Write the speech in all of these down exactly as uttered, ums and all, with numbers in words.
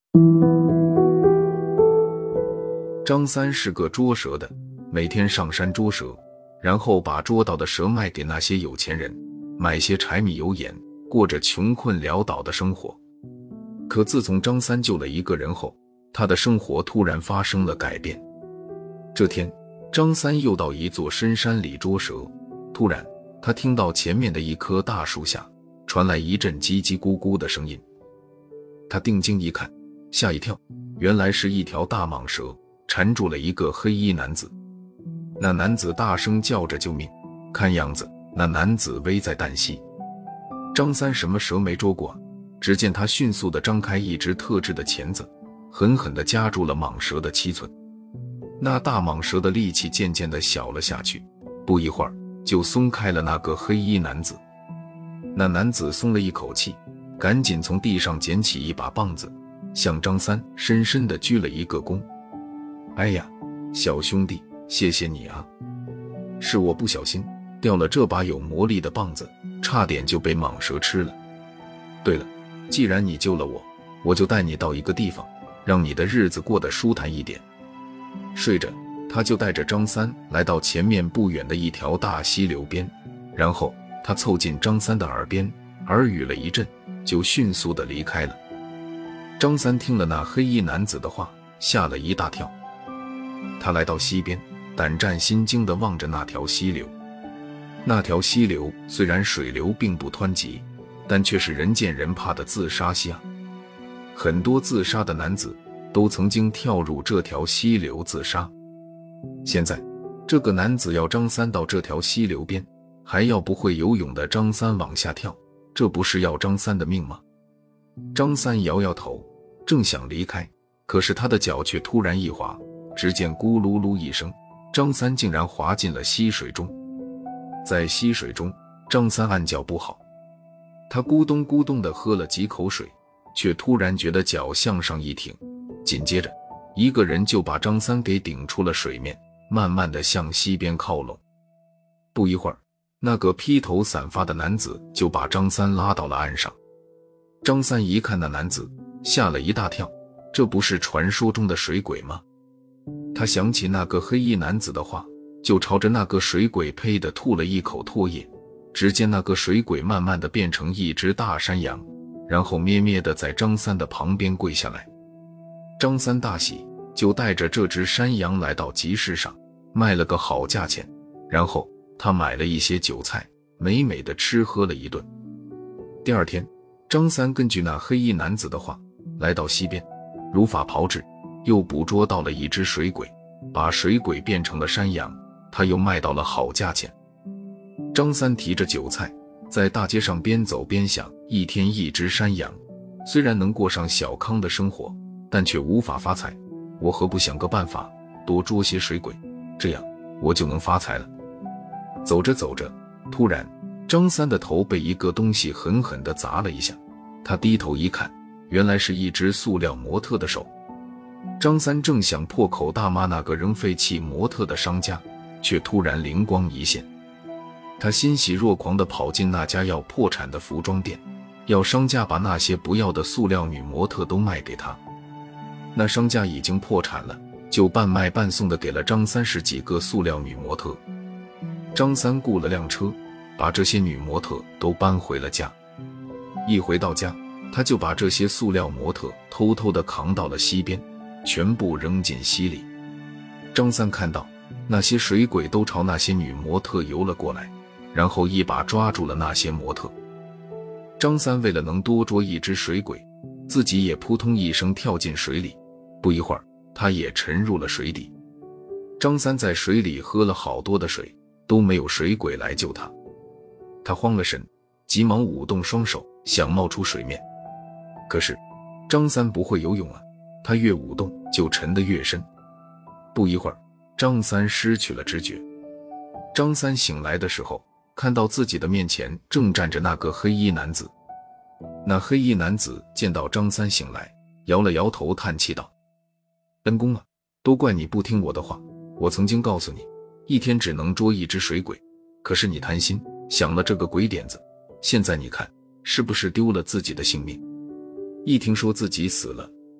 张三是个捉蛇的，每天上山捉蛇，然后把捉到的蛇卖给那些有钱人，买些柴米油盐，过着穷困潦倒的生活。可自从张三救了一个人后，他的生活突然发生了改变。这天，张三又到一座深山里捉蛇，突然他听到前面的一棵大树下传来一阵叽叽咕咕的声音。他定睛一看，吓一跳，原来是一条大蟒蛇缠住了一个黑衣男子。那男子大声叫着救命，看样子那男子危在旦夕。张三什么蛇没捉过，只见他迅速地张开一只特制的钳子，狠狠地夹住了蟒蛇的七寸。那大蟒蛇的力气渐渐地小了下去，不一会儿就松开了那个黑衣男子。那男子松了一口气，赶紧从地上捡起一把棒子，向张三深深地鞠了一个躬。哎呀，小兄弟，谢谢你啊！是我不小心掉了这把有魔力的棒子，差点就被蟒蛇吃了。对了，既然你救了我，我就带你到一个地方，让你的日子过得舒坦一点。睡着，他就带着张三来到前面不远的一条大溪流边，然后他凑近张三的耳边耳语了一阵，就迅速地离开了。张三听了那黑衣男子的话，吓了一大跳。他来到溪边，胆战心惊地望着那条溪流。那条溪流虽然水流并不湍急，但却是人见人怕的自杀溪啊！很多自杀的男子都曾经跳入这条溪流自杀。现在这个男子要张三到这条溪流边，还要不会游泳的张三往下跳，这不是要张三的命吗？张三摇摇头，正想离开，可是他的脚却突然一滑，只见咕噜噜一声，张三竟然滑进了溪水中。在溪水中，张三暗叫不好，他咕咚咕咚地喝了几口水，却突然觉得脚向上一挺，紧接着一个人就把张三给顶出了水面，慢慢地向溪边靠拢。不一会儿，那个披头散发的男子就把张三拉到了岸上。张三一看那男子，吓了一大跳，这不是传说中的水鬼吗？他想起那个黑衣男子的话，就朝着那个水鬼呸地吐了一口唾液。只见那个水鬼慢慢地变成一只大山羊，然后咩咩地在张三的旁边跪下来。张三大喜，就带着这只山羊来到集市上，卖了个好价钱，然后他买了一些酒菜，美美地吃喝了一顿。第二天，张三根据那黑衣男子的话，来到溪边，如法炮制，又捕捉到了一只水鬼，把水鬼变成了山羊，他又卖到了好价钱。张三提着酒菜，在大街上边走边想，一天一只山羊，虽然能过上小康的生活，但却无法发财，我何不想个办法，多捉些水鬼，这样我就能发财了。走着走着，突然张三的头被一个东西狠狠地砸了一下，他低头一看，原来是一只塑料模特的手。张三正想破口大骂那个扔废弃模特的商家，却突然灵光一现，他欣喜若狂地跑进那家要破产的服装店，要商家把那些不要的塑料女模特都卖给他。那商家已经破产了，就半卖半送的给了张三十几个塑料女模特。张三雇了辆车，把这些女模特都搬回了家。一回到家，他就把这些塑料模特偷偷地扛到了溪边，全部扔进溪里。张三看到那些水鬼都朝那些女模特游了过来，然后一把抓住了那些模特。张三为了能多捉一只水鬼，自己也扑通一声跳进水里，不一会儿他也沉入了水底。张三在水里喝了好多的水，都没有水鬼来救他。他慌了神，急忙舞动双手想冒出水面。可是张三不会游泳啊，他越舞动就沉得越深。不一会儿，张三失去了知觉。张三醒来的时候，看到自己的面前正站着那个黑衣男子。那黑衣男子见到张三醒来，摇了摇头叹气道：恩公啊，都怪你不听我的话，我曾经告诉你，一天只能捉一只水鬼，可是你贪心，想了这个鬼点子，现在你看是不是丢了自己的性命？一听说自己死了，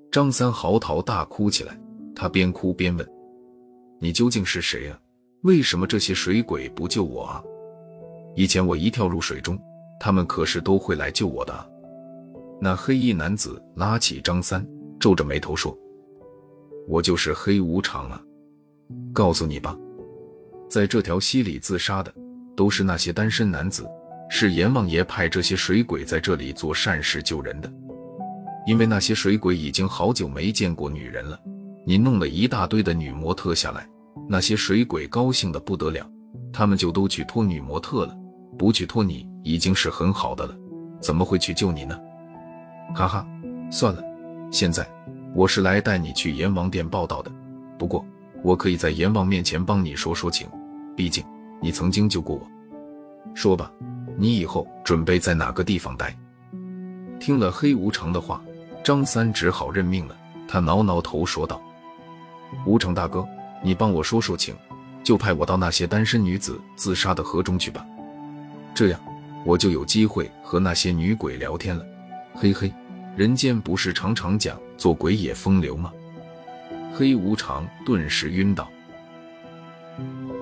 张三嚎啕大哭起来，他边哭边问：你究竟是谁啊？为什么这些水鬼不救我啊？以前我一跳入水中，他们可是都会来救我的啊。那黑衣男子拉起张三，皱着眉头说：我就是黑无常啊，告诉你吧，在这条溪里自杀的都是那些单身男子，是阎王爷派这些水鬼在这里做善事救人的。因为那些水鬼已经好久没见过女人了，你弄了一大堆的女模特下来，那些水鬼高兴得不得了，他们就都去托女模特了，不去托你已经是很好的了，怎么会去救你呢？哈哈，算了，现在我是来带你去阎王殿报道的，不过我可以在阎王面前帮你说说情，毕竟你曾经救过我。说吧，你以后准备在哪个地方待？听了黑无常的话，张三只好认命了，他挠挠头说道：无常大哥，你帮我说说情，就派我到那些单身女子自杀的河中去吧，这样我就有机会和那些女鬼聊天了。嘿嘿，人间不是常常讲做鬼也风流吗？黑无常顿时晕倒。